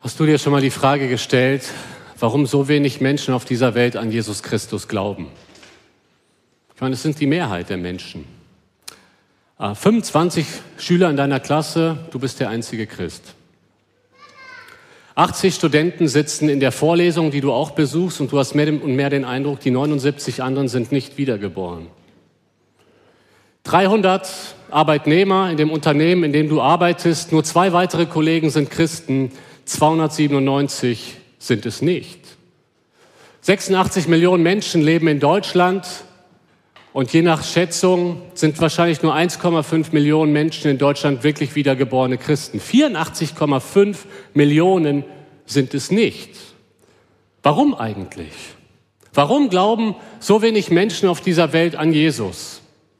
Hast du dir schon mal die Frage gestellt, warum so wenig Menschen auf dieser Welt an Jesus Christus glauben? Ich meine, es sind die Mehrheit der Menschen. 25 Schüler in deiner Klasse, du bist der einzige Christ. 80 Studenten sitzen in der Vorlesung, die du auch besuchst, und du hast mehr und mehr den Eindruck, die 79 anderen sind nicht wiedergeboren. 300 Arbeitnehmer in dem Unternehmen, in dem du arbeitest, nur 2 weitere Kollegen sind Christen, 297 sind es nicht. 86 Millionen Menschen leben in Deutschland und je nach Schätzung sind wahrscheinlich nur 1,5 Millionen Menschen in Deutschland wirklich wiedergeborene Christen. 84,5 Millionen sind es nicht. Warum eigentlich? Warum glauben so wenig Menschen auf dieser Welt an Jesus?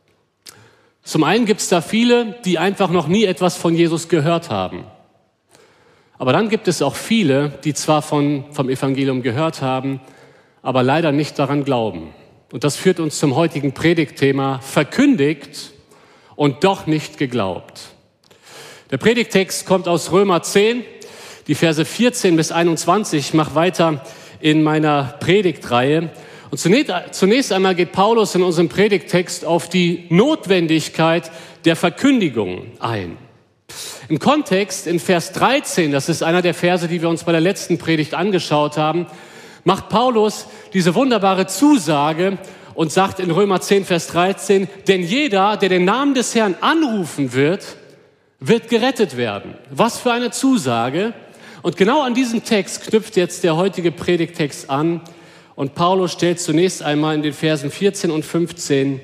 Zum einen gibt es da viele, die einfach noch nie etwas von Jesus gehört haben. Aber dann gibt es auch viele, die zwar vom Evangelium gehört haben, aber leider nicht daran glauben. Und das führt uns zum heutigen Predigtthema: verkündigt und doch nicht geglaubt. Der Predigttext kommt aus Römer 10, die Verse 14 bis 21. Ich mache weiter in meiner Predigtreihe. Und zunächst einmal geht Paulus in unserem Predigttext auf die Notwendigkeit der Verkündigung ein. Im Kontext, in Vers 13, das ist einer der Verse, die wir uns bei der letzten Predigt angeschaut haben, macht Paulus diese wunderbare Zusage und sagt in Römer 10, Vers 13, denn jeder, der den Namen des Herrn anrufen wird, wird gerettet werden. Was für eine Zusage! Und genau an diesen Text knüpft jetzt der heutige Predigttext an. Und Paulus stellt zunächst einmal in den Versen 14 und 15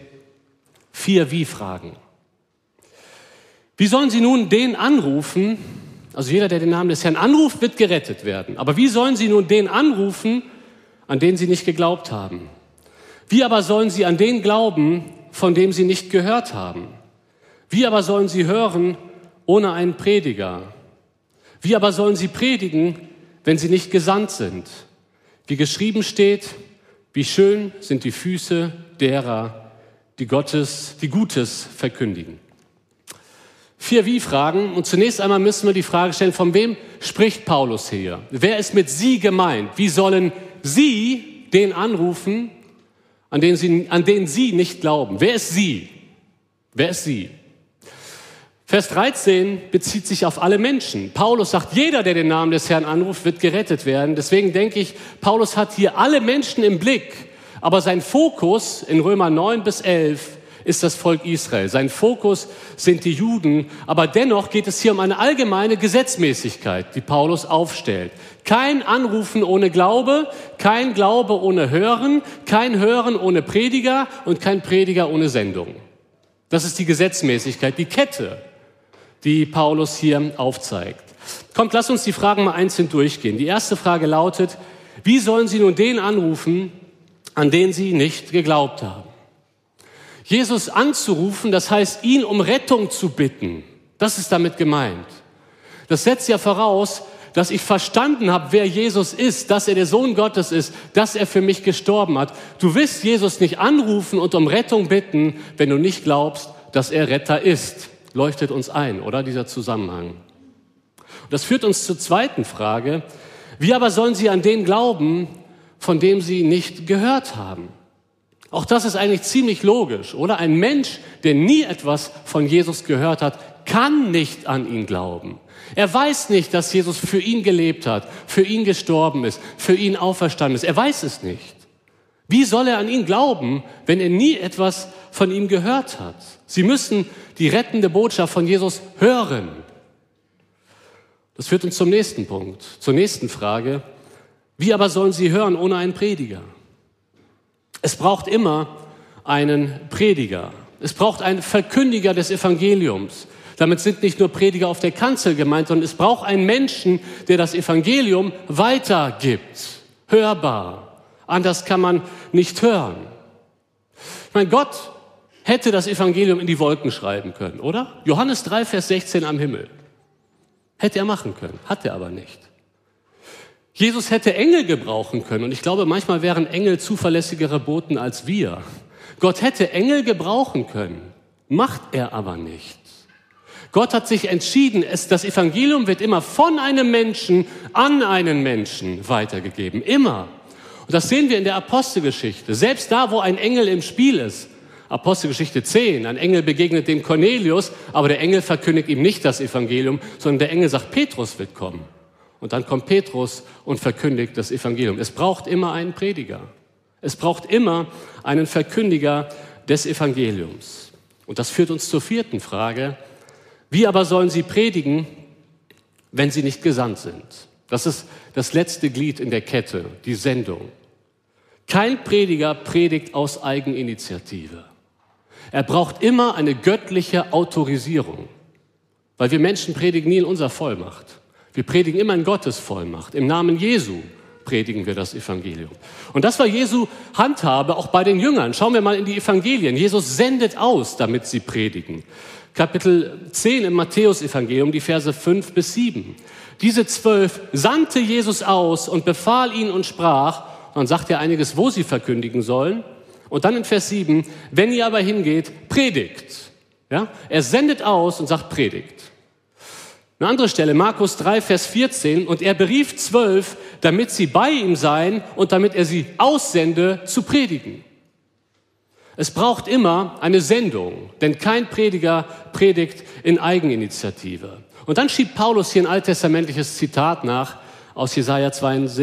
4 Wie-Fragen. Wie sollen sie nun den anrufen? Also jeder, der den Namen des Herrn anruft, wird gerettet werden. Aber wie sollen sie nun den anrufen, an den sie nicht geglaubt haben? Wie aber sollen sie an den glauben, von dem sie nicht gehört haben? Wie aber sollen sie hören ohne einen Prediger? Wie aber sollen sie predigen, wenn sie nicht gesandt sind? Wie geschrieben steht, wie schön sind die Füße derer, die Gutes verkündigen. 4 Wie-Fragen. Und zunächst einmal müssen wir die Frage stellen, von wem spricht Paulus hier? Wer ist mit sie gemeint? Wie sollen sie den anrufen, an den sie nicht glauben? Wer ist sie? Wer ist sie? Vers 13 bezieht sich auf alle Menschen. Paulus sagt, jeder, der den Namen des Herrn anruft, wird gerettet werden. Deswegen denke ich, Paulus hat hier alle Menschen im Blick. Aber sein Fokus in Römer 9 bis 11 ist das Volk Israel. Sein Fokus sind die Juden. Aber dennoch geht es hier um eine allgemeine Gesetzmäßigkeit, die Paulus aufstellt. Kein Anrufen ohne Glaube, kein Glaube ohne Hören, kein Hören ohne Prediger und kein Prediger ohne Sendung. Das ist die Gesetzmäßigkeit, die Kette, die Paulus hier aufzeigt. Kommt, lass uns die Fragen mal einzeln durchgehen. Die erste Frage lautet, wie sollen sie nun den anrufen, an den sie nicht geglaubt haben? Jesus anzurufen, das heißt, ihn um Rettung zu bitten. Das ist damit gemeint. Das setzt ja voraus, dass ich verstanden habe, wer Jesus ist, dass er der Sohn Gottes ist, dass er für mich gestorben hat. Du wirst Jesus nicht anrufen und um Rettung bitten, wenn du nicht glaubst, dass er Retter ist. Leuchtet uns ein, oder, dieser Zusammenhang? Und das führt uns zur zweiten Frage. Wie aber sollen sie an den glauben, von dem sie nicht gehört haben? Auch das ist eigentlich ziemlich logisch, oder? Ein Mensch, der nie etwas von Jesus gehört hat, kann nicht an ihn glauben. Er weiß nicht, dass Jesus für ihn gelebt hat, für ihn gestorben ist, für ihn auferstanden ist. Er weiß es nicht. Wie soll er an ihn glauben, wenn er nie etwas von ihm gehört hat? Sie müssen die rettende Botschaft von Jesus hören. Das führt uns zum nächsten Punkt, zur nächsten Frage. Wie aber sollen sie hören ohne einen Prediger? Es braucht immer einen Prediger. Es braucht einen Verkündiger des Evangeliums. Damit sind nicht nur Prediger auf der Kanzel gemeint, sondern es braucht einen Menschen, der das Evangelium weitergibt. Hörbar. Anders kann man nicht hören. Ich meine, Gott hätte das Evangelium in die Wolken schreiben können, oder? Johannes 3, Vers 16 am Himmel. Hätte er machen können, hat er aber nicht. Jesus hätte Engel gebrauchen können und ich glaube, manchmal wären Engel zuverlässigere Boten als wir. Gott hätte Engel gebrauchen können, macht er aber nicht. Gott hat sich entschieden, das Evangelium wird immer von einem Menschen an einen Menschen weitergegeben. Immer. Und das sehen wir in der Apostelgeschichte. Selbst da, wo ein Engel im Spiel ist. Apostelgeschichte 10, ein Engel begegnet dem Cornelius, aber der Engel verkündigt ihm nicht das Evangelium, sondern der Engel sagt, Petrus wird kommen. Und dann kommt Petrus und verkündigt das Evangelium. Es braucht immer einen Prediger. Es braucht immer einen Verkündiger des Evangeliums. Und das führt uns zur vierten Frage. Wie aber sollen sie predigen, wenn sie nicht gesandt sind? Das ist das letzte Glied in der Kette, die Sendung. Kein Prediger predigt aus Eigeninitiative. Er braucht immer eine göttliche Autorisierung, weil wir Menschen predigen nie in unserer Vollmacht. Wir predigen immer in Gottes Vollmacht. Im Namen Jesu predigen wir das Evangelium. Und das war Jesu Handhabe auch bei den Jüngern. Schauen wir mal in die Evangelien. Jesus sendet aus, damit sie predigen. Kapitel 10 im Matthäus-Evangelium, die Verse 5 bis 7. Diese 12 sandte Jesus aus und befahl ihnen und sprach, dann sagt er einiges, wo sie verkündigen sollen. Und dann in Vers 7, wenn ihr aber hingeht, predigt. Ja? Er sendet aus und sagt, predigt. Eine andere Stelle, Markus 3, Vers 14, und er berief 12, damit sie bei ihm seien und damit er sie aussende, zu predigen. Es braucht immer eine Sendung, denn kein Prediger predigt in Eigeninitiative. Und dann schiebt Paulus hier ein alttestamentliches Zitat nach aus Jesaja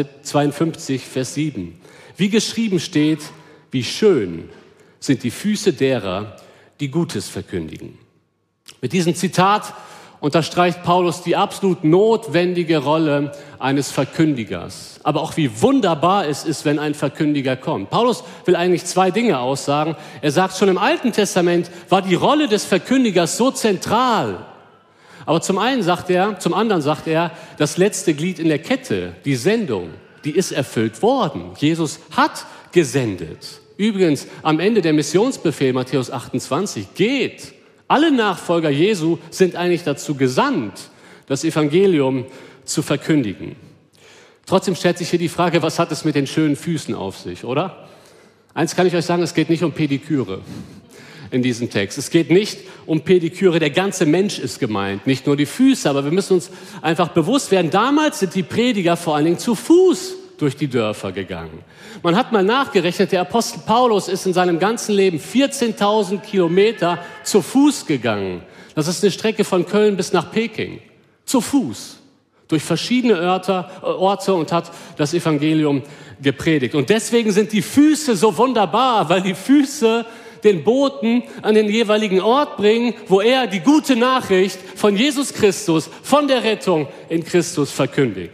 52, Vers 7. Wie geschrieben steht, wie schön sind die Füße derer, die Gutes verkündigen. Mit diesem Zitat unterstreicht Paulus die absolut notwendige Rolle eines Verkündigers. Aber auch wie wunderbar es ist, wenn ein Verkündiger kommt. Paulus will eigentlich zwei Dinge aussagen. Er sagt, schon im Alten Testament war die Rolle des Verkündigers so zentral. Aber zum anderen sagt er, das letzte Glied in der Kette, die Sendung, die ist erfüllt worden. Jesus hat gesendet. Übrigens, am Ende der Missionsbefehl, Matthäus 28, geht. Alle Nachfolger Jesu sind eigentlich dazu gesandt, das Evangelium zu verkündigen. Trotzdem stellt sich hier die Frage, was hat es mit den schönen Füßen auf sich, oder? Eins kann ich euch sagen, es geht nicht um Pediküre in diesem Text. Es geht nicht um Pediküre, der ganze Mensch ist gemeint, nicht nur die Füße, aber wir müssen uns einfach bewusst werden, damals sind die Prediger vor allen Dingen zu Fuß durch die Dörfer gegangen. Man hat mal nachgerechnet, der Apostel Paulus ist in seinem ganzen Leben 14.000 Kilometer zu Fuß gegangen. Das ist eine Strecke von Köln bis nach Peking. Zu Fuß. Durch verschiedene Orte und hat das Evangelium gepredigt. Und deswegen sind die Füße so wunderbar, weil die Füße den Boten an den jeweiligen Ort bringen, wo er die gute Nachricht von Jesus Christus, von der Rettung in Christus verkündigt.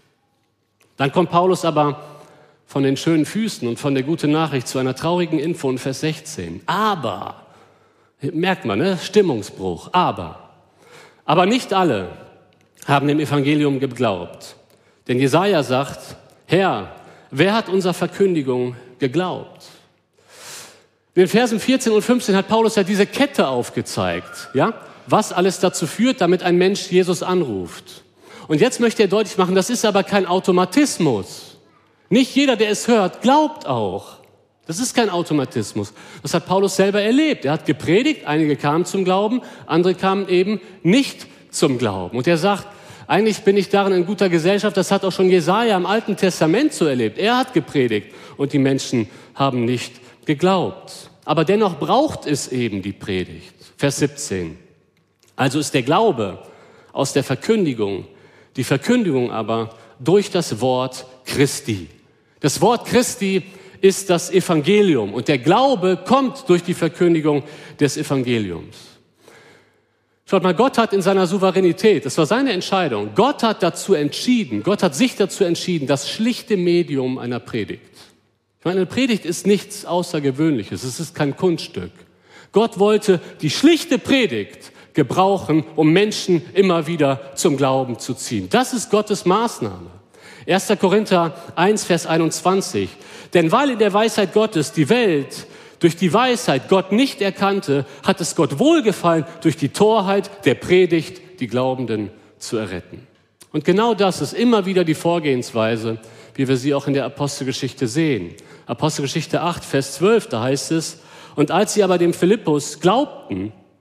Dann kommt Paulus aber von den schönen Füßen und von der guten Nachricht zu einer traurigen Info in Vers 16. Aber, merkt man, ne? Stimmungsbruch, aber nicht alle haben dem Evangelium geglaubt. Denn Jesaja sagt, Herr, wer hat unserer Verkündigung geglaubt? In den Versen 14 und 15 hat Paulus ja diese Kette aufgezeigt, ja? Was alles dazu führt, damit ein Mensch Jesus anruft. Und jetzt möchte er deutlich machen, das ist aber kein Automatismus. Nicht jeder, der es hört, glaubt auch. Das ist kein Automatismus. Das hat Paulus selber erlebt. Er hat gepredigt, einige kamen zum Glauben, andere kamen eben nicht zum Glauben. Und er sagt, eigentlich bin ich darin in guter Gesellschaft, das hat auch schon Jesaja im Alten Testament so erlebt. Er hat gepredigt und die Menschen haben nicht geglaubt. Aber dennoch braucht es eben die Predigt. Vers 17. Also ist der Glaube aus der Verkündigung, die Verkündigung aber durch das Wort Christi. Das Wort Christi ist das Evangelium und der Glaube kommt durch die Verkündigung des Evangeliums. Schaut mal, Gott hat in seiner Souveränität, das war seine Entscheidung, Gott hat sich dazu entschieden, das schlichte Medium einer Predigt. Ich meine, eine Predigt ist nichts Außergewöhnliches, es ist kein Kunststück. Gott wollte die schlichte Predigt gebrauchen, um Menschen immer wieder zum Glauben zu ziehen. Das ist Gottes Maßnahme. 1. Korinther 1, Vers 21. Denn weil in der Weisheit Gottes die Welt durch die Weisheit Gott nicht erkannte, hat es Gott wohlgefallen, durch die Torheit der Predigt die Glaubenden zu erretten. Und genau das ist immer wieder die Vorgehensweise, wie wir sie auch in der Apostelgeschichte sehen. Apostelgeschichte 8, Vers 12, da heißt es, und als sie aber dem Philippus glaubten,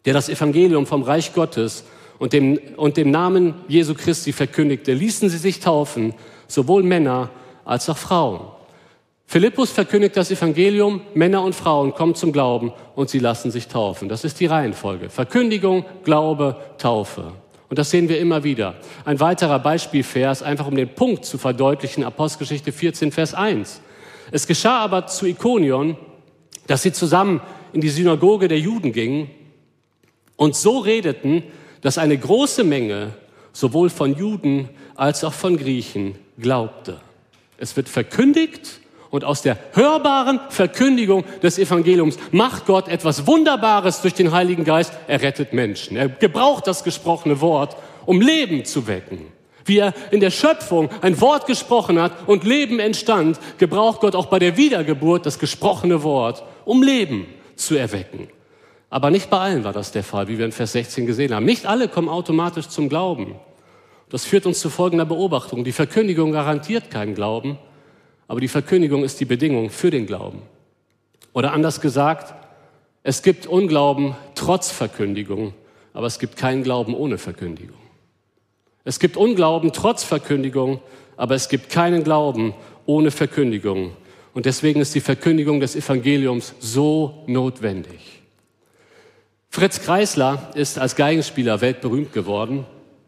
der das Evangelium vom Reich Gottes und dem Namen Jesu Christi verkündigte, ließen sie sich taufen, sowohl Männer als auch Frauen. Philippus verkündigt das Evangelium, Männer und Frauen kommen zum Glauben und sie lassen sich taufen. Das ist die Reihenfolge. Verkündigung, Glaube, Taufe. Und das sehen wir immer wieder. Ein weiterer Beispielvers, einfach um den Punkt zu verdeutlichen, Apostelgeschichte 14, Vers 1. Es geschah aber zu Ikonion, dass sie zusammen in die Synagoge der Juden gingen und so redeten, dass eine große Menge sowohl von Juden als auch von Griechen glaubte. Es wird verkündigt und aus der hörbaren Verkündigung des Evangeliums macht Gott etwas Wunderbares durch den Heiligen Geist. Er rettet Menschen. Er gebraucht das gesprochene Wort, um Leben zu wecken. Wie er in der Schöpfung ein Wort gesprochen hat und Leben entstand, gebraucht Gott auch bei der Wiedergeburt das gesprochene Wort, um Leben zu erwecken. Aber nicht bei allen war das der Fall, wie wir in Vers 16 gesehen haben. Nicht alle kommen automatisch zum Glauben. Das führt uns zu folgender Beobachtung. Die Verkündigung garantiert keinen Glauben, aber die Verkündigung ist die Bedingung für den Glauben. Oder anders gesagt, es gibt Unglauben trotz Verkündigung, aber es gibt keinen Glauben ohne Verkündigung. Es gibt Unglauben trotz Verkündigung, aber es gibt keinen Glauben ohne Verkündigung. Und deswegen ist die Verkündigung des Evangeliums so notwendig. Fritz Kreisler ist als Geigenspieler weltberühmt geworden.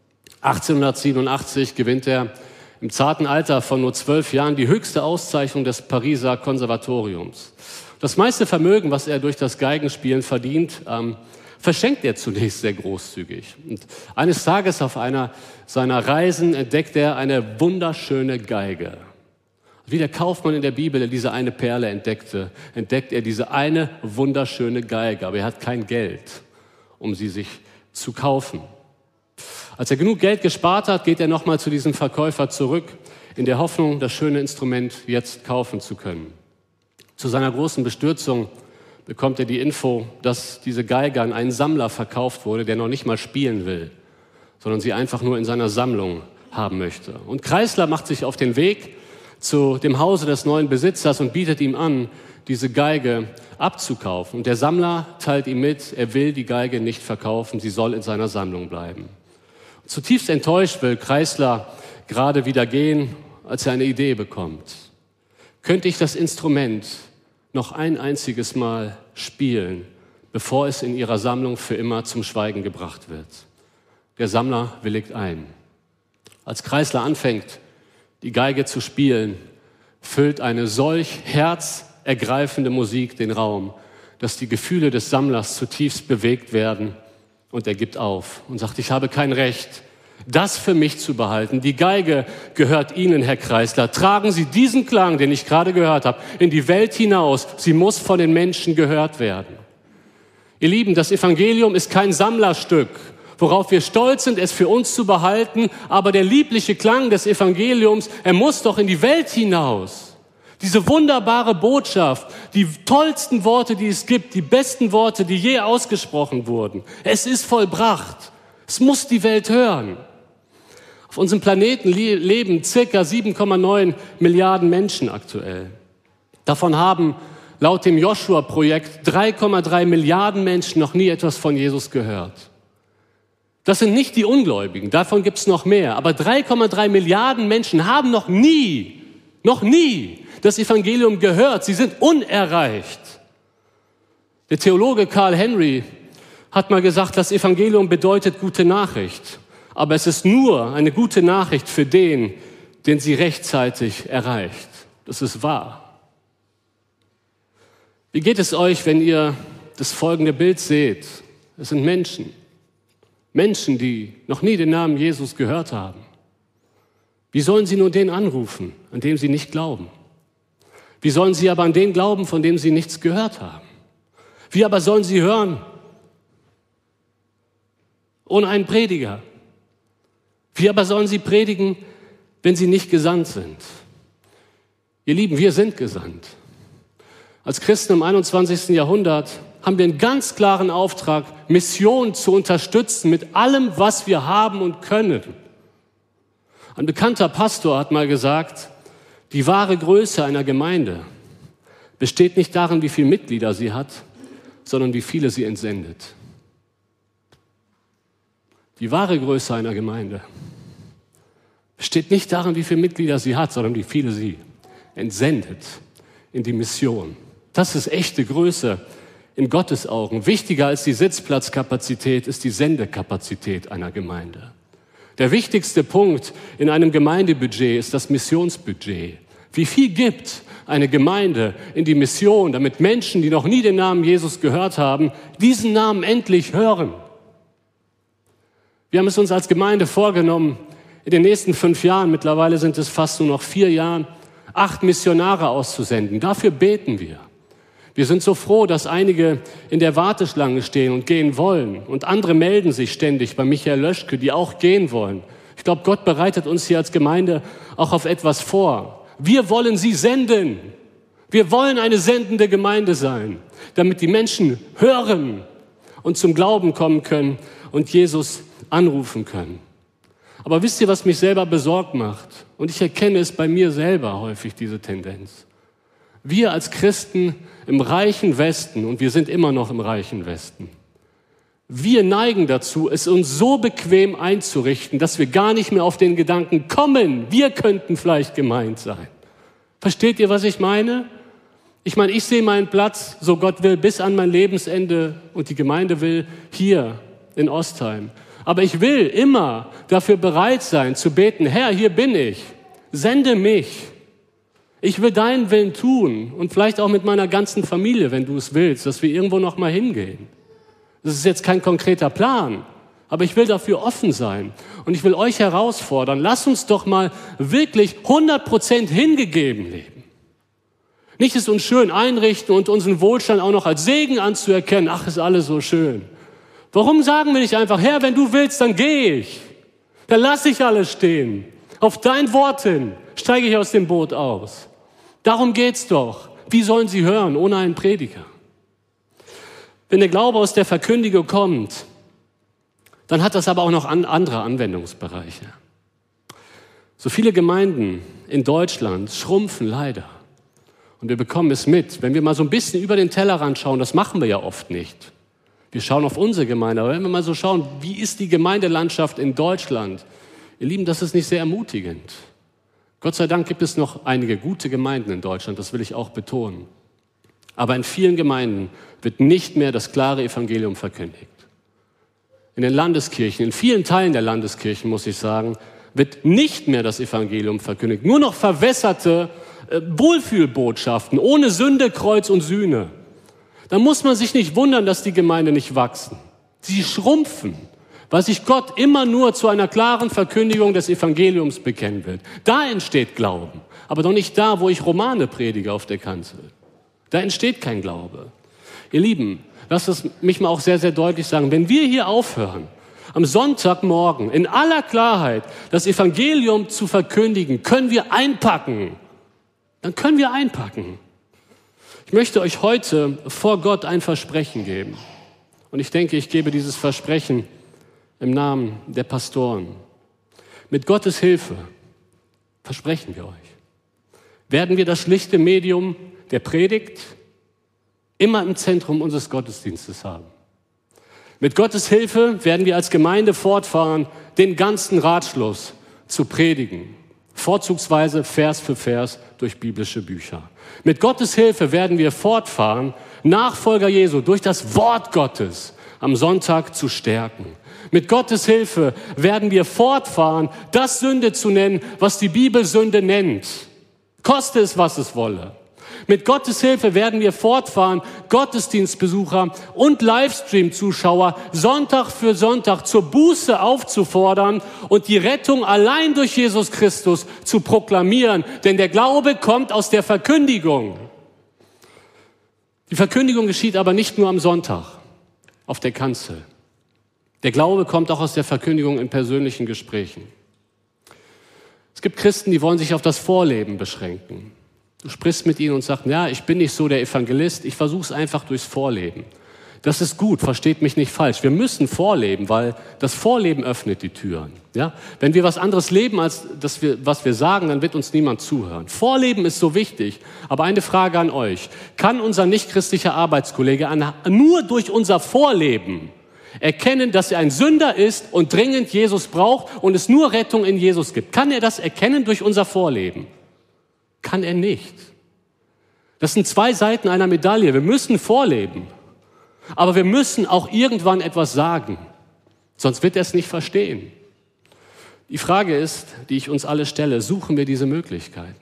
1887 gewinnt er im zarten Alter von nur 12 Jahren die höchste Auszeichnung des Pariser Konservatoriums. Das meiste Vermögen, was er durch das Geigenspielen verdient, verschenkt er zunächst sehr großzügig. Und eines Tages auf einer seiner Reisen entdeckt er eine wunderschöne Geige. Wie der Kaufmann in der Bibel, der diese eine Perle entdeckte, entdeckt er diese eine wunderschöne Geige, aber er hat kein Geld, um sie sich zu kaufen. Als er genug Geld gespart hat, geht er nochmal zu diesem Verkäufer zurück, in der Hoffnung, das schöne Instrument jetzt kaufen zu können. Zu seiner großen Bestürzung bekommt er die Info, dass diese Geige an einen Sammler verkauft wurde, der noch nicht mal spielen will, sondern sie einfach nur in seiner Sammlung haben möchte. Und Kreisler macht sich auf den Weg zu dem Hause des neuen Besitzers und bietet ihm an, diese Geige abzukaufen. Und der Sammler teilt ihm mit, er will die Geige nicht verkaufen, sie soll in seiner Sammlung bleiben. Zutiefst enttäuscht will Kreisler gerade wieder gehen, als er eine Idee bekommt. Könnte ich das Instrument noch ein einziges Mal spielen, bevor es in ihrer Sammlung für immer zum Schweigen gebracht wird? Der Sammler willigt ein. Als Kreisler anfängt, die Geige zu spielen, füllt eine solch herzergreifende Musik den Raum, dass die Gefühle des Sammlers zutiefst bewegt werden. Und er gibt auf und sagt, ich habe kein Recht, das für mich zu behalten. Die Geige gehört Ihnen, Herr Kreisler. Tragen Sie diesen Klang, den ich gerade gehört habe, in die Welt hinaus. Sie muss von den Menschen gehört werden. Ihr Lieben, das Evangelium ist kein Sammlerstück, worauf wir stolz sind, es für uns zu behalten. Aber der liebliche Klang des Evangeliums, er muss doch in die Welt hinaus. Diese wunderbare Botschaft, die tollsten Worte, die es gibt, die besten Worte, die je ausgesprochen wurden. Es ist vollbracht. Es muss die Welt hören. Auf unserem Planeten leben circa 7,9 Milliarden Menschen aktuell. Davon haben laut dem Joshua-Projekt 3,3 Milliarden Menschen noch nie etwas von Jesus gehört. Das sind nicht die Ungläubigen, davon gibt es noch mehr. Aber 3,3 Milliarden Menschen haben noch nie das Evangelium gehört. Sie sind unerreicht. Der Theologe Karl Henry hat mal gesagt, das Evangelium bedeutet gute Nachricht. Aber es ist nur eine gute Nachricht für den sie rechtzeitig erreicht. Das ist wahr. Wie geht es euch, wenn ihr das folgende Bild seht? Es sind Menschen, die noch nie den Namen Jesus gehört haben. Wie sollen sie nur den anrufen, an dem sie nicht glauben? Wie sollen sie aber an den glauben, von dem sie nichts gehört haben? Wie aber sollen sie hören ohne einen Prediger? Wie aber sollen sie predigen, wenn sie nicht gesandt sind? Ihr Lieben, wir sind gesandt. Als Christen im 21. Jahrhundert haben wir einen ganz klaren Auftrag, Mission zu unterstützen mit allem, was wir haben und können. Ein bekannter Pastor hat mal gesagt, die wahre Größe einer Gemeinde besteht nicht darin, wie viele Mitglieder sie hat, sondern wie viele sie entsendet. Die wahre Größe einer Gemeinde besteht nicht darin, wie viele Mitglieder sie hat, sondern wie viele sie entsendet in die Mission. Das ist echte Größe in Gottes Augen. Wichtiger als die Sitzplatzkapazität ist die Sendekapazität einer Gemeinde. Der wichtigste Punkt in einem Gemeindebudget ist das Missionsbudget. Wie viel gibt eine Gemeinde in die Mission, damit Menschen, die noch nie den Namen Jesus gehört haben, diesen Namen endlich hören? Wir haben es uns als Gemeinde vorgenommen, in den nächsten 5 Jahren, mittlerweile sind es fast nur noch 4 Jahren, 8 Missionare auszusenden. Dafür beten wir. Wir sind so froh, dass einige in der Warteschlange stehen und gehen wollen. Und andere melden sich ständig bei Michael Löschke, die auch gehen wollen. Ich glaube, Gott bereitet uns hier als Gemeinde auch auf etwas vor. Wir wollen sie senden. Wir wollen eine sendende Gemeinde sein, damit die Menschen hören und zum Glauben kommen können und Jesus anrufen können. Aber wisst ihr, was mich selber besorgt macht? Und ich erkenne es bei mir selber häufig, diese Tendenz. Wir als Christen im reichen Westen, und wir sind immer noch im reichen Westen, wir neigen dazu, es uns so bequem einzurichten, dass wir gar nicht mehr auf den Gedanken kommen, wir könnten vielleicht gemeint sein. Versteht ihr, was ich meine? Ich sehe meinen Platz, so Gott will, bis an mein Lebensende und die Gemeinde will, hier in Ostheim. Aber ich will immer dafür bereit sein, zu beten, Herr, hier bin ich, sende mich. Ich will deinen Willen tun und vielleicht auch mit meiner ganzen Familie, wenn du es willst, dass wir irgendwo noch mal hingehen. Das ist jetzt kein konkreter Plan, aber ich will dafür offen sein und ich will euch herausfordern, lasst uns doch mal wirklich 100% hingegeben leben. Nicht es uns schön einrichten und unseren Wohlstand auch noch als Segen anzuerkennen, ach, ist alles so schön. Warum sagen wir nicht einfach, Herr, wenn du willst, dann gehe ich. Dann lasse ich alles stehen. Auf dein Wort hin steige ich aus dem Boot aus. Darum geht's doch. Wie sollen sie hören ohne einen Prediger? Wenn der Glaube aus der Verkündigung kommt, dann hat das aber auch noch andere Anwendungsbereiche. So viele Gemeinden in Deutschland schrumpfen leider. Und wir bekommen es mit. Wenn wir mal so ein bisschen über den Tellerrand schauen, das machen wir ja oft nicht. Wir schauen auf unsere Gemeinde, aber wenn wir mal so schauen, wie ist die Gemeindelandschaft in Deutschland? Ihr Lieben, das ist nicht sehr ermutigend. Gott sei Dank gibt es noch einige gute Gemeinden in Deutschland, das will ich auch betonen. Aber in vielen Gemeinden wird nicht mehr das klare Evangelium verkündigt. In den Landeskirchen, in vielen Teilen der Landeskirchen, muss ich sagen, wird nicht mehr das Evangelium verkündigt. Nur noch verwässerte Wohlfühlbotschaften ohne Sünde, Kreuz und Sühne. Da muss man sich nicht wundern, dass die Gemeinden nicht wachsen. Sie schrumpfen, weil sich Gott immer nur zu einer klaren Verkündigung des Evangeliums bekennen will. Da entsteht Glauben, aber doch nicht da, wo ich Romane predige auf der Kanzel. Da entsteht kein Glaube. Ihr Lieben, lasst es mich mal auch sehr, sehr deutlich sagen, wenn wir hier aufhören, am Sonntagmorgen in aller Klarheit das Evangelium zu verkündigen, können wir einpacken. Dann können wir einpacken. Ich möchte euch heute vor Gott ein Versprechen geben. Und ich denke, ich gebe dieses Versprechen im Namen der Pastoren. Mit Gottes Hilfe versprechen wir euch, werden wir das schlichte Medium der Predigt immer im Zentrum unseres Gottesdienstes haben. Mit Gottes Hilfe werden wir als Gemeinde fortfahren, den ganzen Ratschluss zu predigen. Vorzugsweise Vers für Vers durch biblische Bücher. Mit Gottes Hilfe werden wir fortfahren, Nachfolger Jesu durch das Wort Gottes am Sonntag zu stärken. Mit Gottes Hilfe werden wir fortfahren, das Sünde zu nennen, was die Bibel Sünde nennt. Koste es, was es wolle. Mit Gottes Hilfe werden wir fortfahren, Gottesdienstbesucher und Livestream-Zuschauer Sonntag für Sonntag zur Buße aufzufordern und die Rettung allein durch Jesus Christus zu proklamieren. Denn der Glaube kommt aus der Verkündigung. Die Verkündigung geschieht aber nicht nur am Sonntag auf der Kanzel. Der Glaube kommt auch aus der Verkündigung in persönlichen Gesprächen. Es gibt Christen, die wollen sich auf das Vorleben beschränken. Du sprichst mit ihnen und sagst, ja, ich bin nicht so der Evangelist, ich versuche es einfach durchs Vorleben. Das ist gut, versteht mich nicht falsch. Wir müssen vorleben, weil das Vorleben öffnet die Türen. Ja? Wenn wir was anderes leben, als was wir sagen, dann wird uns niemand zuhören. Vorleben ist so wichtig. Aber eine Frage an euch. Kann unser nichtchristlicher Arbeitskollege nur durch unser Vorleben Erkennen, dass er ein Sünder ist und dringend Jesus braucht und es nur Rettung in Jesus gibt. Kann er das erkennen durch unser Vorleben? Kann er nicht. Das sind zwei Seiten einer Medaille. Wir müssen vorleben, aber wir müssen auch irgendwann etwas sagen, sonst wird er es nicht verstehen. Die Frage ist, die ich uns alle stelle, suchen wir diese Möglichkeiten?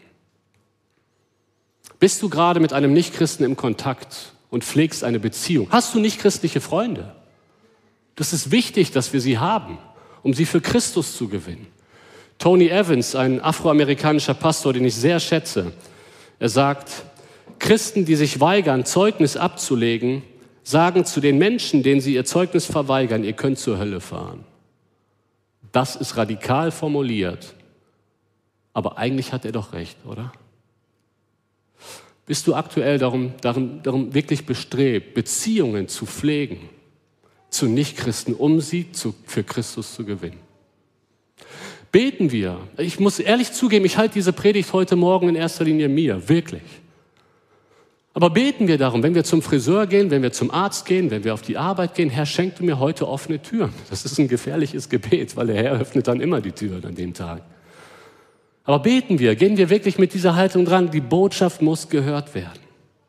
Bist du gerade mit einem Nichtchristen im Kontakt und pflegst eine Beziehung? Hast du nichtchristliche Freunde? Das ist wichtig, dass wir sie haben, um sie für Christus zu gewinnen. Tony Evans, ein afroamerikanischer Pastor, den ich sehr schätze, er sagt, Christen, die sich weigern, Zeugnis abzulegen, sagen zu den Menschen, denen sie ihr Zeugnis verweigern, ihr könnt zur Hölle fahren. Das ist radikal formuliert, aber eigentlich hat er doch recht, oder? Bist du aktuell darum wirklich bestrebt, Beziehungen zu pflegen zu Nichtchristen, um sie für Christus zu gewinnen? Beten wir. Ich muss ehrlich zugeben, ich halte diese Predigt heute Morgen in erster Linie mir, wirklich. Aber beten wir darum, wenn wir zum Friseur gehen, wenn wir zum Arzt gehen, wenn wir auf die Arbeit gehen, Herr, schenk du mir heute offene Türen. Das ist ein gefährliches Gebet, weil der Herr öffnet dann immer die Türen an dem Tag. Aber beten wir, gehen wir wirklich mit dieser Haltung dran, die Botschaft muss gehört werden.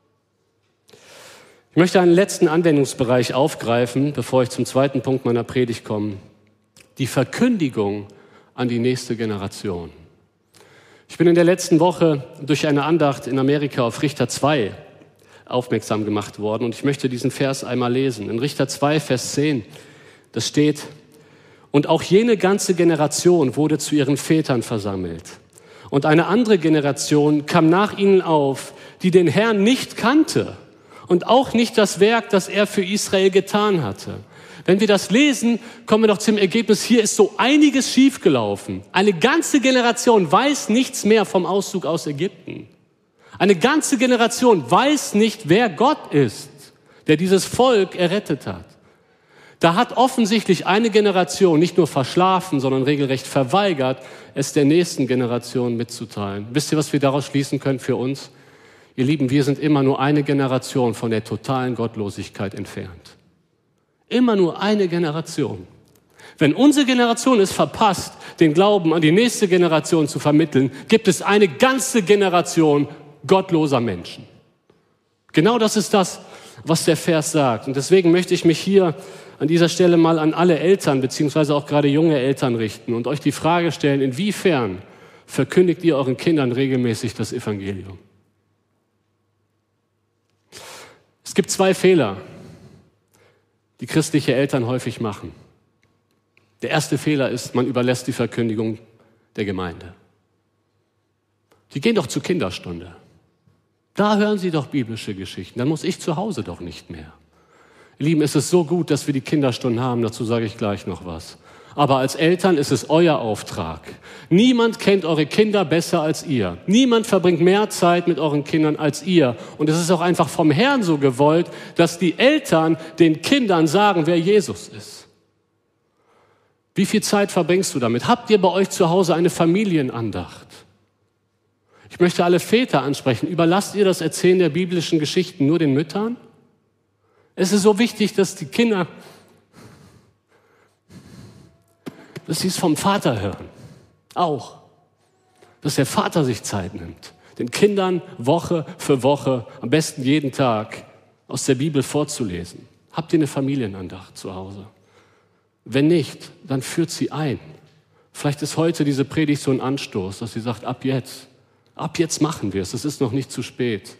Ich möchte einen letzten Anwendungsbereich aufgreifen, bevor ich zum zweiten Punkt meiner Predigt komme. Die Verkündigung an die nächste Generation. Ich bin in der letzten Woche durch eine Andacht in Amerika auf Richter 2 aufmerksam gemacht worden und ich möchte diesen Vers einmal lesen. In Richter 2, Vers 10, das steht, und auch jene ganze Generation wurde zu ihren Vätern versammelt. Und eine andere Generation kam nach ihnen auf, die den Herrn nicht kannte und auch nicht das Werk, das er für Israel getan hatte. Wenn wir das lesen, kommen wir doch zum Ergebnis, hier ist so einiges schiefgelaufen. Eine ganze Generation weiß nichts mehr vom Auszug aus Ägypten. Eine ganze Generation weiß nicht, wer Gott ist, der dieses Volk errettet hat. Da hat offensichtlich eine Generation nicht nur verschlafen, sondern regelrecht verweigert, es der nächsten Generation mitzuteilen. Wisst ihr, was wir daraus schließen können für uns? Ihr Lieben, wir sind immer nur eine Generation von der totalen Gottlosigkeit entfernt. Immer nur eine Generation. Wenn unsere Generation es verpasst, den Glauben an die nächste Generation zu vermitteln, gibt es eine ganze Generation gottloser Menschen. Genau das ist das, was der Vers sagt. Und deswegen möchte ich mich hier an dieser Stelle mal an alle Eltern, beziehungsweise auch gerade junge Eltern richten und euch die Frage stellen, inwiefern verkündigt ihr euren Kindern regelmäßig das Evangelium? Es gibt zwei Fehler, die christliche Eltern häufig machen. Der erste Fehler ist, man überlässt die Verkündigung der Gemeinde. Sie gehen doch zur Kinderstunde. Da hören Sie doch biblische Geschichten. Dann muss ich zu Hause doch nicht mehr. Ihr Lieben, es ist so gut, dass wir die Kinderstunden haben. Dazu sage ich gleich noch was. Aber als Eltern ist es euer Auftrag. Niemand kennt eure Kinder besser als ihr. Niemand verbringt mehr Zeit mit euren Kindern als ihr. Und es ist auch einfach vom Herrn so gewollt, dass die Eltern den Kindern sagen, wer Jesus ist. Wie viel Zeit verbringst du damit? Habt ihr bei euch zu Hause eine Familienandacht? Ich möchte alle Väter ansprechen. Überlasst ihr das Erzählen der biblischen Geschichten nur den Müttern? Es ist so wichtig, dass die Kinder, dass sie es vom Vater hören. Auch. Dass der Vater sich Zeit nimmt, den Kindern Woche für Woche, am besten jeden Tag, aus der Bibel vorzulesen. Habt ihr eine Familienandacht zu Hause? Wenn nicht, dann führt sie ein. Vielleicht ist heute diese Predigt so ein Anstoß, dass sie sagt, ab jetzt machen wir es, es ist noch nicht zu spät.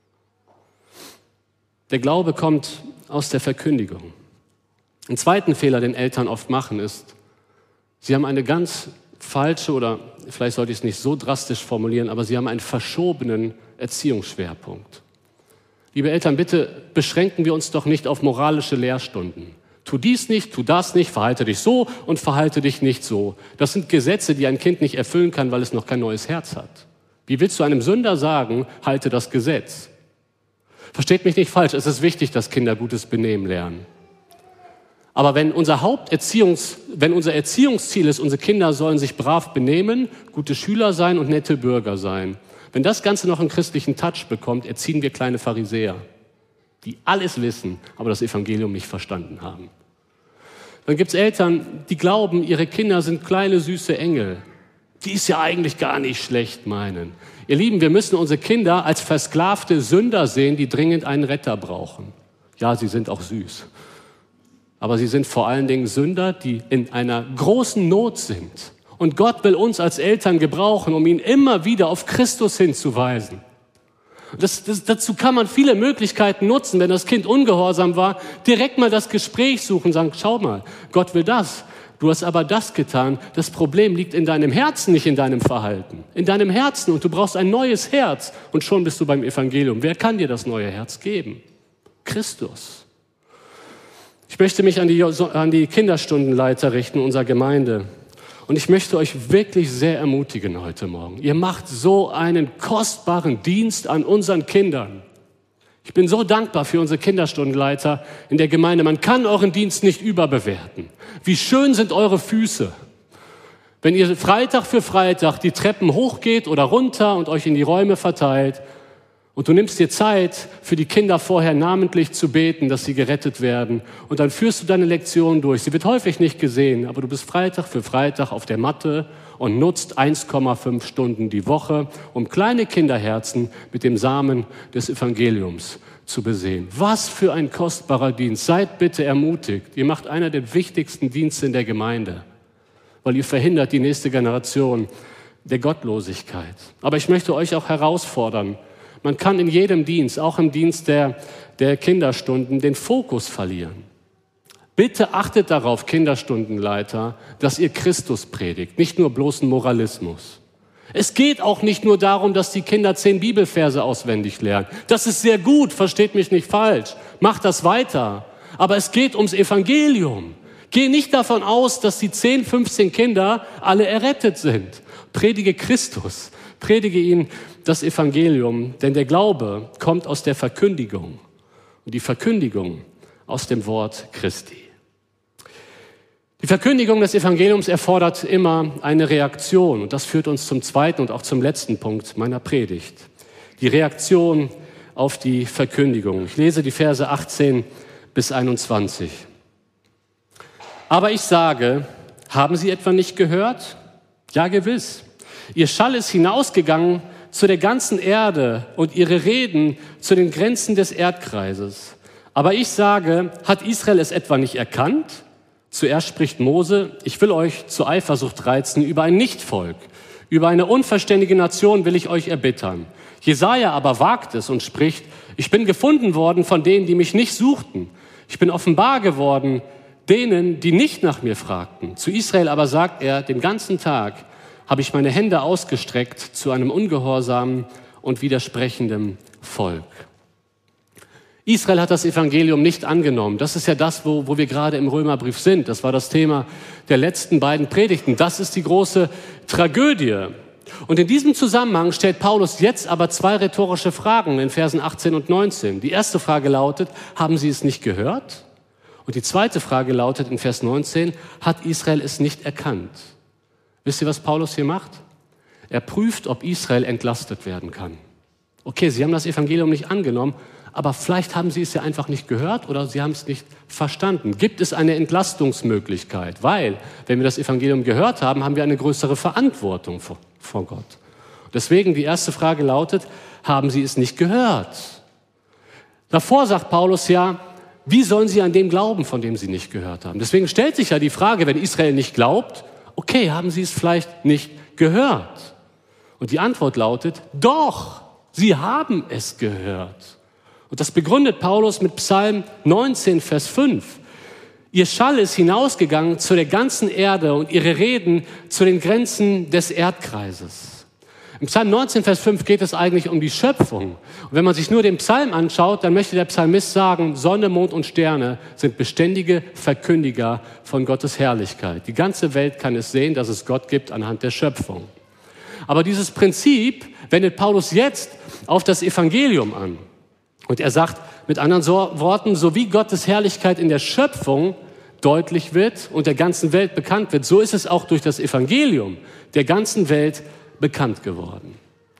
Der Glaube kommt aus der Verkündigung. Ein zweiten Fehler, den Eltern oft machen, ist, sie haben eine ganz falsche, oder vielleicht sollte ich es nicht so drastisch formulieren, aber sie haben einen verschobenen Erziehungsschwerpunkt. Liebe Eltern, bitte beschränken wir uns doch nicht auf moralische Lehrstunden. Tu dies nicht, tu das nicht, verhalte dich so und verhalte dich nicht so. Das sind Gesetze, die ein Kind nicht erfüllen kann, weil es noch kein neues Herz hat. Wie willst du einem Sünder sagen, halte das Gesetz? Versteht mich nicht falsch, es ist wichtig, dass Kinder gutes Benehmen lernen. Aber wenn unser Erziehungsziel ist, unsere Kinder sollen sich brav benehmen, gute Schüler sein und nette Bürger sein. Wenn das Ganze noch einen christlichen Touch bekommt, erziehen wir kleine Pharisäer, die alles wissen, aber das Evangelium nicht verstanden haben. Dann gibt es Eltern, die glauben, ihre Kinder sind kleine, süße Engel, die es ja eigentlich gar nicht schlecht meinen. Ihr Lieben, wir müssen unsere Kinder als versklavte Sünder sehen, die dringend einen Retter brauchen. Ja, sie sind auch süß. Aber sie sind vor allen Dingen Sünder, die in einer großen Not sind. Und Gott will uns als Eltern gebrauchen, um ihn immer wieder auf Christus hinzuweisen. Dazu kann man viele Möglichkeiten nutzen, wenn das Kind ungehorsam war, direkt mal das Gespräch suchen, sagen, schau mal, Gott will das. Du hast aber das getan. Das Problem liegt in deinem Herzen, nicht in deinem Verhalten. In deinem Herzen, und du brauchst ein neues Herz. Und schon bist du beim Evangelium. Wer kann dir das neue Herz geben? Christus. Ich möchte mich an die Kinderstundenleiter richten unserer Gemeinde. Und ich möchte euch wirklich sehr ermutigen heute Morgen. Ihr macht so einen kostbaren Dienst an unseren Kindern. Ich bin so dankbar für unsere Kinderstundenleiter in der Gemeinde. Man kann euren Dienst nicht überbewerten. Wie schön sind eure Füße. Wenn ihr Freitag für Freitag die Treppen hochgeht oder runter und euch in die Räume verteilt und du nimmst dir Zeit, für die Kinder vorher namentlich zu beten, dass sie gerettet werden, und dann führst du deine Lektion durch. Sie wird häufig nicht gesehen, aber du bist Freitag für Freitag auf der Matte und nutzt 1,5 Stunden die Woche, um kleine Kinderherzen mit dem Samen des Evangeliums zu besehen. Was für ein kostbarer Dienst. Seid bitte ermutigt. Ihr macht einer der wichtigsten Dienste in der Gemeinde, weil ihr verhindert die nächste Generation der Gottlosigkeit. Aber ich möchte euch auch herausfordern. Man kann in jedem Dienst, auch im Dienst der Kinderstunden, den Fokus verlieren. Bitte achtet darauf, Kinderstundenleiter, dass ihr Christus predigt, nicht nur bloßen Moralismus. Es geht auch nicht nur darum, dass die Kinder 10 Bibelverse auswendig lernen. Das ist sehr gut, versteht mich nicht falsch. Macht das weiter. Aber es geht ums Evangelium. Geh nicht davon aus, dass die 10, 15 Kinder alle errettet sind. Predige Christus. Predige ihnen das Evangelium, denn der Glaube kommt aus der Verkündigung und die Verkündigung aus dem Wort Christi. Die Verkündigung des Evangeliums erfordert immer eine Reaktion, und das führt uns zum zweiten und auch zum letzten Punkt meiner Predigt. Die Reaktion auf die Verkündigung. Ich lese die Verse 18 bis 21. Aber ich sage, haben Sie etwa nicht gehört? Ja, gewiss. Ihr Schall ist hinausgegangen zu der ganzen Erde und ihre Reden zu den Grenzen des Erdkreises. Aber ich sage, hat Israel es etwa nicht erkannt? Zuerst spricht Mose, ich will euch zur Eifersucht reizen über ein Nichtvolk. Über eine unverständige Nation will ich euch erbittern. Jesaja aber wagt es und spricht, ich bin gefunden worden von denen, die mich nicht suchten. Ich bin offenbar geworden denen, die nicht nach mir fragten. Zu Israel aber sagt er, den ganzen Tag habe ich meine Hände ausgestreckt zu einem ungehorsamen und widersprechenden Volk. Israel hat das Evangelium nicht angenommen. Das ist ja das, wo wir gerade im Römerbrief sind. Das war das Thema der letzten beiden Predigten. Das ist die große Tragödie. Und in diesem Zusammenhang stellt Paulus jetzt aber 2 rhetorische Fragen in Versen 18 und 19. Die erste Frage lautet, haben sie es nicht gehört? Und die zweite Frage lautet in Vers 19, hat Israel es nicht erkannt? Wisst ihr, was Paulus hier macht? Er prüft, ob Israel entlastet werden kann. Okay, sie haben das Evangelium nicht angenommen, aber vielleicht haben sie es ja einfach nicht gehört oder sie haben es nicht verstanden. Gibt es eine Entlastungsmöglichkeit? Weil, wenn wir das Evangelium gehört haben, haben wir eine größere Verantwortung vor Gott. Deswegen die erste Frage lautet, haben sie es nicht gehört? Davor sagt Paulus ja, wie sollen sie an dem glauben, von dem sie nicht gehört haben? Deswegen stellt sich ja die Frage, wenn Israel nicht glaubt, okay, haben sie es vielleicht nicht gehört? Und die Antwort lautet, doch, sie haben es gehört. Und das begründet Paulus mit Psalm 19, Vers 5. Ihr Schall ist hinausgegangen zu der ganzen Erde und ihre Reden zu den Grenzen des Erdkreises. Im Psalm 19, Vers 5 geht es eigentlich um die Schöpfung. Und wenn man sich nur den Psalm anschaut, dann möchte der Psalmist sagen, Sonne, Mond und Sterne sind beständige Verkündiger von Gottes Herrlichkeit. Die ganze Welt kann es sehen, dass es Gott gibt anhand der Schöpfung. Aber dieses Prinzip wendet Paulus jetzt auf das Evangelium an. Und er sagt mit anderen Worten, so wie Gottes Herrlichkeit in der Schöpfung deutlich wird und der ganzen Welt bekannt wird, so ist es auch durch das Evangelium der ganzen Welt bekannt geworden.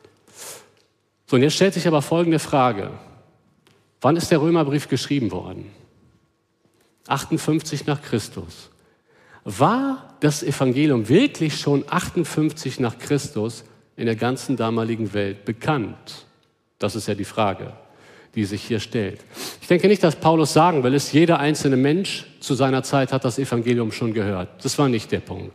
So, und jetzt stellt sich aber folgende Frage. Wann ist der Römerbrief geschrieben worden? 58 nach Christus. War das Evangelium wirklich schon 58 nach Christus in der ganzen damaligen Welt bekannt? Das ist ja die Frage, die sich hier stellt. Ich denke nicht, dass Paulus sagen will, jeder einzelne Mensch zu seiner Zeit hat das Evangelium schon gehört. Das war nicht der Punkt.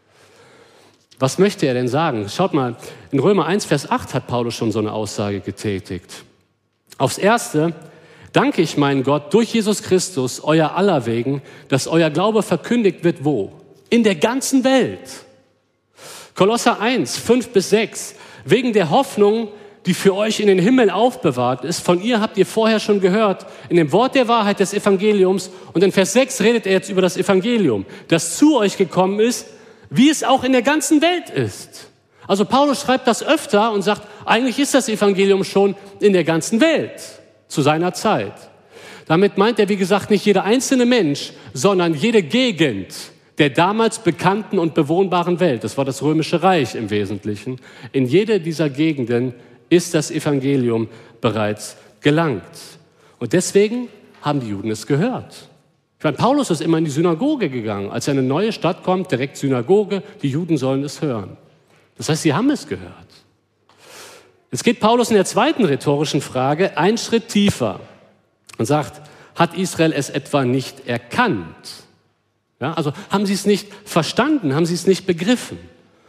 Was möchte er denn sagen? Schaut mal, in Römer 1, Vers 8 hat Paulus schon so eine Aussage getätigt. Aufs Erste danke ich meinen Gott durch Jesus Christus, euer aller wegen, dass euer Glaube verkündigt wird, wo? In der ganzen Welt. Kolosser 1, 5-6, wegen der Hoffnung, die für euch in den Himmel aufbewahrt ist. Von ihr habt ihr vorher schon gehört, in dem Wort der Wahrheit des Evangeliums. Und in Vers 6 redet er jetzt über das Evangelium, das zu euch gekommen ist, wie es auch in der ganzen Welt ist. Also Paulus schreibt das öfter und sagt, eigentlich ist das Evangelium schon in der ganzen Welt zu seiner Zeit. Damit meint er, wie gesagt, nicht jeder einzelne Mensch, sondern jede Gegend der damals bekannten und bewohnbaren Welt. Das war das Römische Reich im Wesentlichen. In jede dieser Gegenden ist das Evangelium bereits gelangt. Und deswegen haben die Juden es gehört. Ich meine, Paulus ist immer in die Synagoge gegangen. Als er in eine neue Stadt kommt, direkt Synagoge, die Juden sollen es hören. Das heißt, sie haben es gehört. Jetzt geht Paulus in der zweiten rhetorischen Frage einen Schritt tiefer und sagt, hat Israel es etwa nicht erkannt? Ja, also haben sie es nicht verstanden, haben sie es nicht begriffen?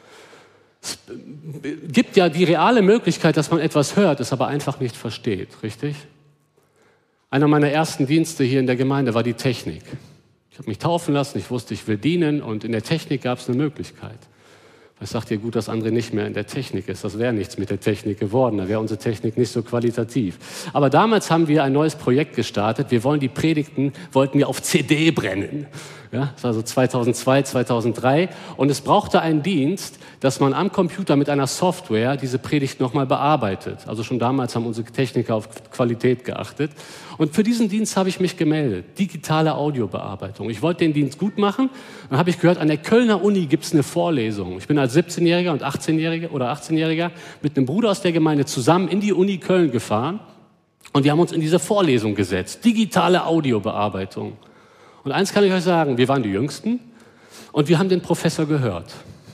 Es gibt ja die reale Möglichkeit, dass man etwas hört, es aber einfach nicht versteht, richtig? Einer meiner ersten Dienste hier in der Gemeinde war die Technik. Ich habe mich taufen lassen, ich wusste, ich will dienen und in der Technik gab es eine Möglichkeit. Ich sage dir gut, dass André nicht mehr in der Technik ist. Das wäre nichts mit der Technik geworden, da wäre unsere Technik nicht so qualitativ. Aber damals haben wir ein neues Projekt gestartet. Wir wollen die Predigten, wollten wir auf CD brennen. Ja, das war so 2002, 2003. Und es brauchte einen Dienst, dass man am Computer mit einer Software diese Predigt nochmal bearbeitet. Also schon damals haben unsere Techniker auf Qualität geachtet. Und für diesen Dienst habe ich mich gemeldet. Digitale Audiobearbeitung. Ich wollte den Dienst gut machen. Dann habe ich gehört, an der Kölner Uni gibt es eine Vorlesung. Ich bin als 17-Jähriger und 18-Jähriger mit einem Bruder aus der Gemeinde zusammen in die Uni Köln gefahren. Und wir haben uns in diese Vorlesung gesetzt. Digitale Audiobearbeitung. Und eins kann ich euch sagen, wir waren die Jüngsten und wir haben den Professor gehört.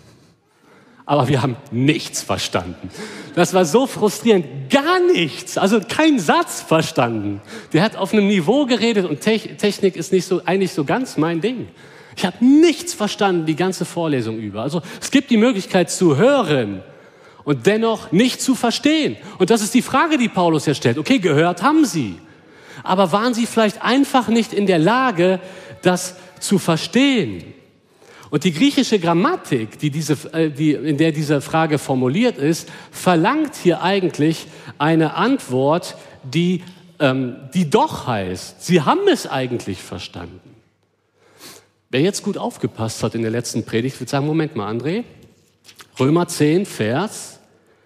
Aber wir haben nichts verstanden. Das war so frustrierend, gar nichts, also kein Satz verstanden. Der hat auf einem Niveau geredet und Technik ist eigentlich so ganz mein Ding. Ich habe nichts verstanden, die ganze Vorlesung über. Also es gibt die Möglichkeit zu hören und dennoch nicht zu verstehen. Und das ist die Frage, die Paulus hier stellt. Okay, gehört haben sie. Aber waren sie vielleicht einfach nicht in der Lage, das zu verstehen? Und die griechische Grammatik, in der diese Frage formuliert ist, verlangt hier eigentlich eine Antwort, die doch heißt, sie haben es eigentlich verstanden. Wer jetzt gut aufgepasst hat in der letzten Predigt, wird sagen, Moment mal, André, Römer 10, Vers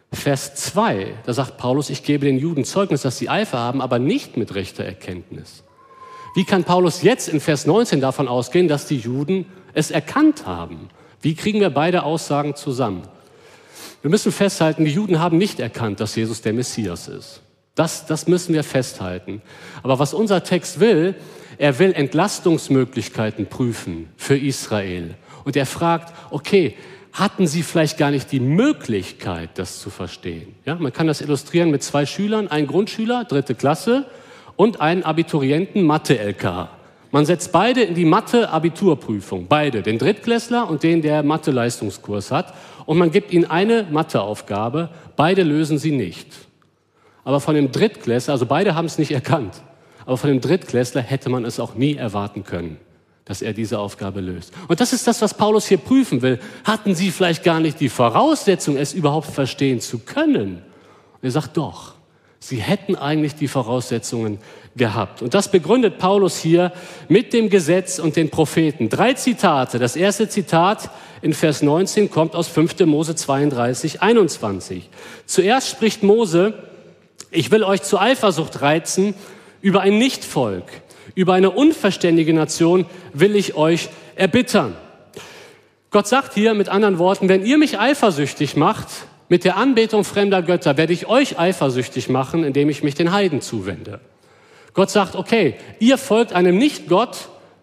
2, da sagt Paulus, ich gebe den Juden Zeugnis, dass sie Eifer haben, aber nicht mit rechter Erkenntnis. Wie kann Paulus jetzt in Vers 19 davon ausgehen, dass die Juden es erkannt haben? Wie kriegen wir beide Aussagen zusammen? Wir müssen festhalten, die Juden haben nicht erkannt, dass Jesus der Messias ist. Das müssen wir festhalten. Aber was unser Text will, er will Entlastungsmöglichkeiten prüfen für Israel. Und er fragt, okay, hatten sie vielleicht gar nicht die Möglichkeit, das zu verstehen? Ja, man kann das illustrieren mit 2 Schülern, ein Grundschüler, 3. Klasse und einen Abiturienten, Mathe-LK. Man setzt beide in die Mathe-Abiturprüfung, beide, den Drittklässler und den, der Mathe-Leistungskurs hat. Und man gibt ihnen eine Matheaufgabe, beide lösen sie nicht. Aber von dem Drittklässler, also beide haben es nicht erkannt, aber von dem Drittklässler hätte man es auch nie erwarten können, dass er diese Aufgabe löst. Und das ist das, was Paulus hier prüfen will. Hatten sie vielleicht gar nicht die Voraussetzung, es überhaupt verstehen zu können? Und er sagt doch, sie hätten eigentlich die Voraussetzungen gehabt. Und das begründet Paulus hier mit dem Gesetz und den Propheten. 3 Zitate. Das erste Zitat in Vers 19 kommt aus 5. Mose 32, 21. Zuerst spricht Mose, ich will euch zur Eifersucht reizen über ein Nichtvolk. Über eine unverständige Nation will ich euch erbittern. Gott sagt hier mit anderen Worten, wenn ihr mich eifersüchtig macht mit der Anbetung fremder Götter, werde ich euch eifersüchtig machen, indem ich mich den Heiden zuwende. Gott sagt, okay, ihr folgt einem Nicht-Gott,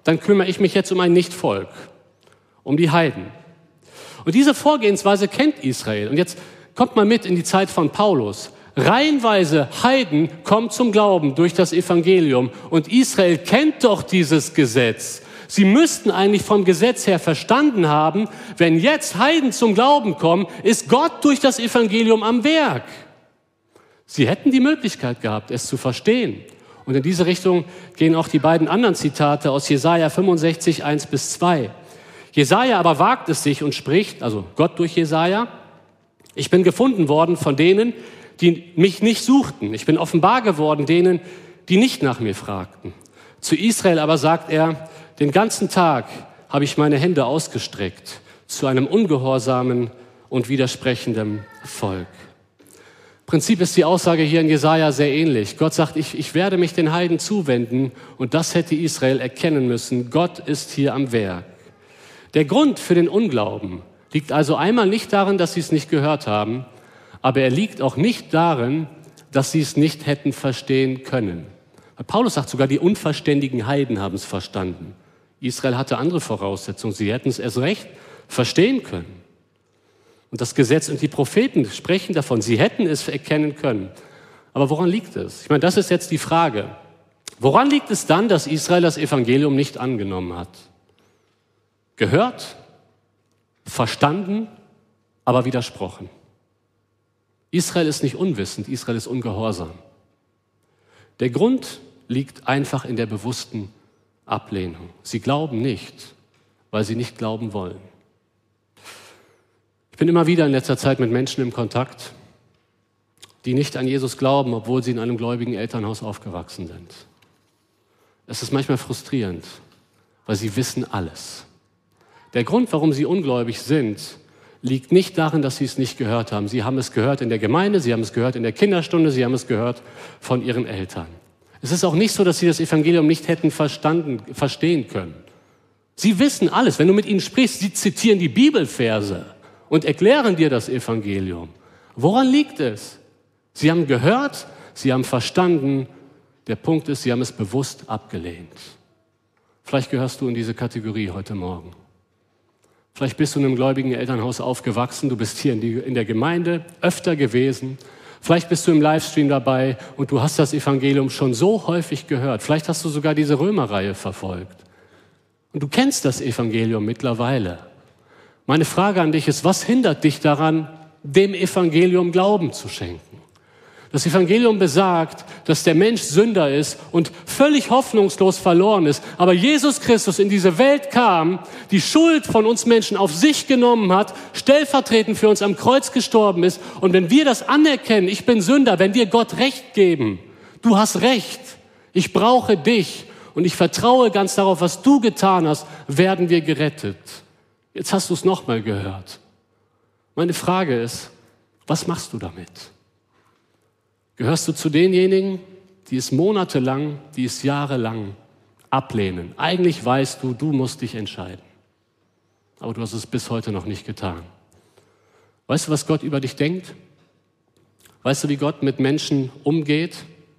dann kümmere ich mich jetzt um ein Nichtvolk, um die Heiden. Und diese Vorgehensweise kennt Israel. Und jetzt kommt mal mit in die Zeit von Paulus. Reihenweise Heiden kommen zum Glauben durch das Evangelium. Und Israel kennt doch dieses Gesetz. Sie müssten eigentlich vom Gesetz her verstanden haben, wenn jetzt Heiden zum Glauben kommen, ist Gott durch das Evangelium am Werk. Sie hätten die Möglichkeit gehabt, es zu verstehen. Und in diese Richtung gehen auch die beiden anderen Zitate aus Jesaja 65, 1-2. Jesaja aber wagt es sich und spricht, also Gott durch Jesaja, ich bin gefunden worden von denen, die mich nicht suchten. Ich bin offenbar geworden denen, die nicht nach mir fragten. Zu Israel aber sagt er, den ganzen Tag habe ich meine Hände ausgestreckt zu einem ungehorsamen und widersprechenden Volk. Im Prinzip ist die Aussage hier in Jesaja sehr ähnlich. Gott sagt, ich werde mich den Heiden zuwenden und das hätte Israel erkennen müssen. Gott ist hier am Werk. Der Grund für den Unglauben liegt also einmal nicht darin, dass sie es nicht gehört haben, aber er liegt auch nicht darin, dass sie es nicht hätten verstehen können. Paulus sagt sogar, die unverständigen Heiden haben es verstanden. Israel hatte andere Voraussetzungen, sie hätten es erst recht verstehen können. Und das Gesetz und die Propheten sprechen davon, sie hätten es erkennen können. Aber woran liegt es? Ich meine, das ist jetzt die Frage. Woran liegt es dann, dass Israel das Evangelium nicht angenommen hat? Gehört, verstanden, aber widersprochen. Israel ist nicht unwissend, Israel ist ungehorsam. Der Grund liegt einfach in der bewussten Ablehnung. Sie glauben nicht, weil sie nicht glauben wollen. Ich bin immer wieder in letzter Zeit mit Menschen im Kontakt, die nicht an Jesus glauben, obwohl sie in einem gläubigen Elternhaus aufgewachsen sind. Es ist manchmal frustrierend, weil sie wissen alles. Der Grund, warum sie ungläubig sind, liegt nicht darin, dass sie es nicht gehört haben. Sie haben es gehört in der Gemeinde, sie haben es gehört in der Kinderstunde, sie haben es gehört von ihren Eltern. Es ist auch nicht so, dass sie das Evangelium nicht hätten verstehen können. Sie wissen alles. Wenn du mit ihnen sprichst, sie zitieren die Bibelverse und erklären dir das Evangelium. Woran liegt es? Sie haben gehört, sie haben verstanden. Der Punkt ist, sie haben es bewusst abgelehnt. Vielleicht gehörst du in diese Kategorie heute Morgen. Vielleicht bist du in einem gläubigen Elternhaus aufgewachsen, du bist hier in der Gemeinde öfter gewesen. Vielleicht bist du im Livestream dabei und du hast das Evangelium schon so häufig gehört. Vielleicht hast du sogar diese Römerreihe verfolgt. Und du kennst das Evangelium mittlerweile. Meine Frage an dich ist, was hindert dich daran, dem Evangelium Glauben zu schenken? Das Evangelium besagt, dass der Mensch Sünder ist und völlig hoffnungslos verloren ist. Aber Jesus Christus in diese Welt kam, die Schuld von uns Menschen auf sich genommen hat, stellvertretend für uns am Kreuz gestorben ist. Und wenn wir das anerkennen, ich bin Sünder, wenn wir Gott Recht geben, du hast Recht, ich brauche dich und ich vertraue ganz darauf, was du getan hast, werden wir gerettet. Jetzt hast du es nochmal gehört. Meine Frage ist, was machst du damit? Gehörst du zu denjenigen, die es monatelang, die es jahrelang ablehnen? Eigentlich weißt du, du musst dich entscheiden. Aber du hast es bis heute noch nicht getan. Weißt du, was Gott über dich denkt? Weißt du, wie Gott mit Menschen umgeht,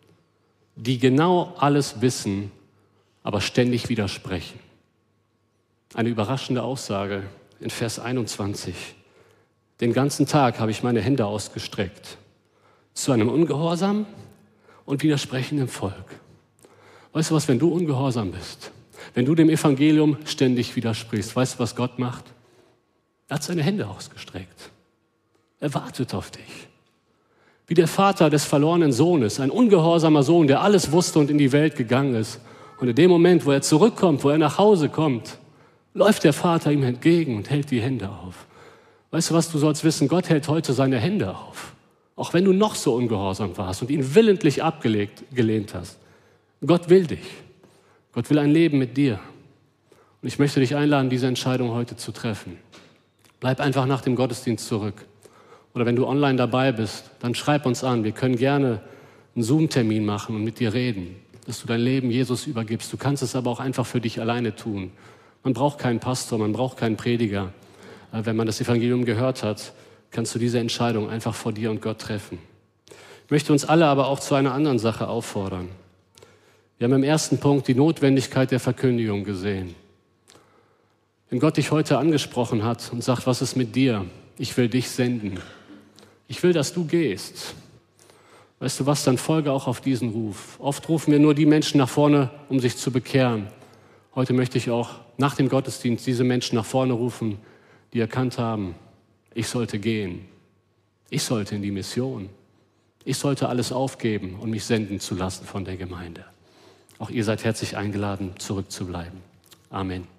die genau alles wissen, aber ständig widersprechen? Eine überraschende Aussage in Vers 21. Den ganzen Tag habe ich meine Hände ausgestreckt zu einem ungehorsamen und widersprechenden Volk. Weißt du was, wenn du ungehorsam bist, wenn du dem Evangelium ständig widersprichst, weißt du, was Gott macht? Er hat seine Hände ausgestreckt. Er wartet auf dich. Wie der Vater des verlorenen Sohnes, ein ungehorsamer Sohn, der alles wusste und in die Welt gegangen ist. Und in dem Moment, wo er zurückkommt, wo er nach Hause kommt, läuft der Vater ihm entgegen und hält die Hände auf. Weißt du was, du sollst wissen, Gott hält heute seine Hände auf. Auch wenn du noch so ungehorsam warst und ihn willentlich abgelehnt hast. Gott will dich. Gott will ein Leben mit dir. Und ich möchte dich einladen, diese Entscheidung heute zu treffen. Bleib einfach nach dem Gottesdienst zurück. Oder wenn du online dabei bist, dann schreib uns an. Wir können gerne einen Zoom-Termin machen und mit dir reden, dass du dein Leben Jesus übergibst. Du kannst es aber auch einfach für dich alleine tun. Man braucht keinen Pastor, man braucht keinen Prediger. Wenn man das Evangelium gehört hat, kannst du diese Entscheidung einfach vor dir und Gott treffen. Ich möchte uns alle aber auch zu einer anderen Sache auffordern. Wir haben im ersten Punkt die Notwendigkeit der Verkündigung gesehen. Wenn Gott dich heute angesprochen hat und sagt, was ist mit dir? Ich will dich senden. Ich will, dass du gehst. Weißt du was, dann folge auch auf diesen Ruf. Oft rufen wir nur die Menschen nach vorne, um sich zu bekehren. Heute möchte ich auch nach dem Gottesdienst diese Menschen nach vorne rufen, die erkannt haben, ich sollte gehen. Ich sollte in die Mission. Ich sollte alles aufgeben und mich senden zu lassen von der Gemeinde. Auch ihr seid herzlich eingeladen, zurückzubleiben. Amen.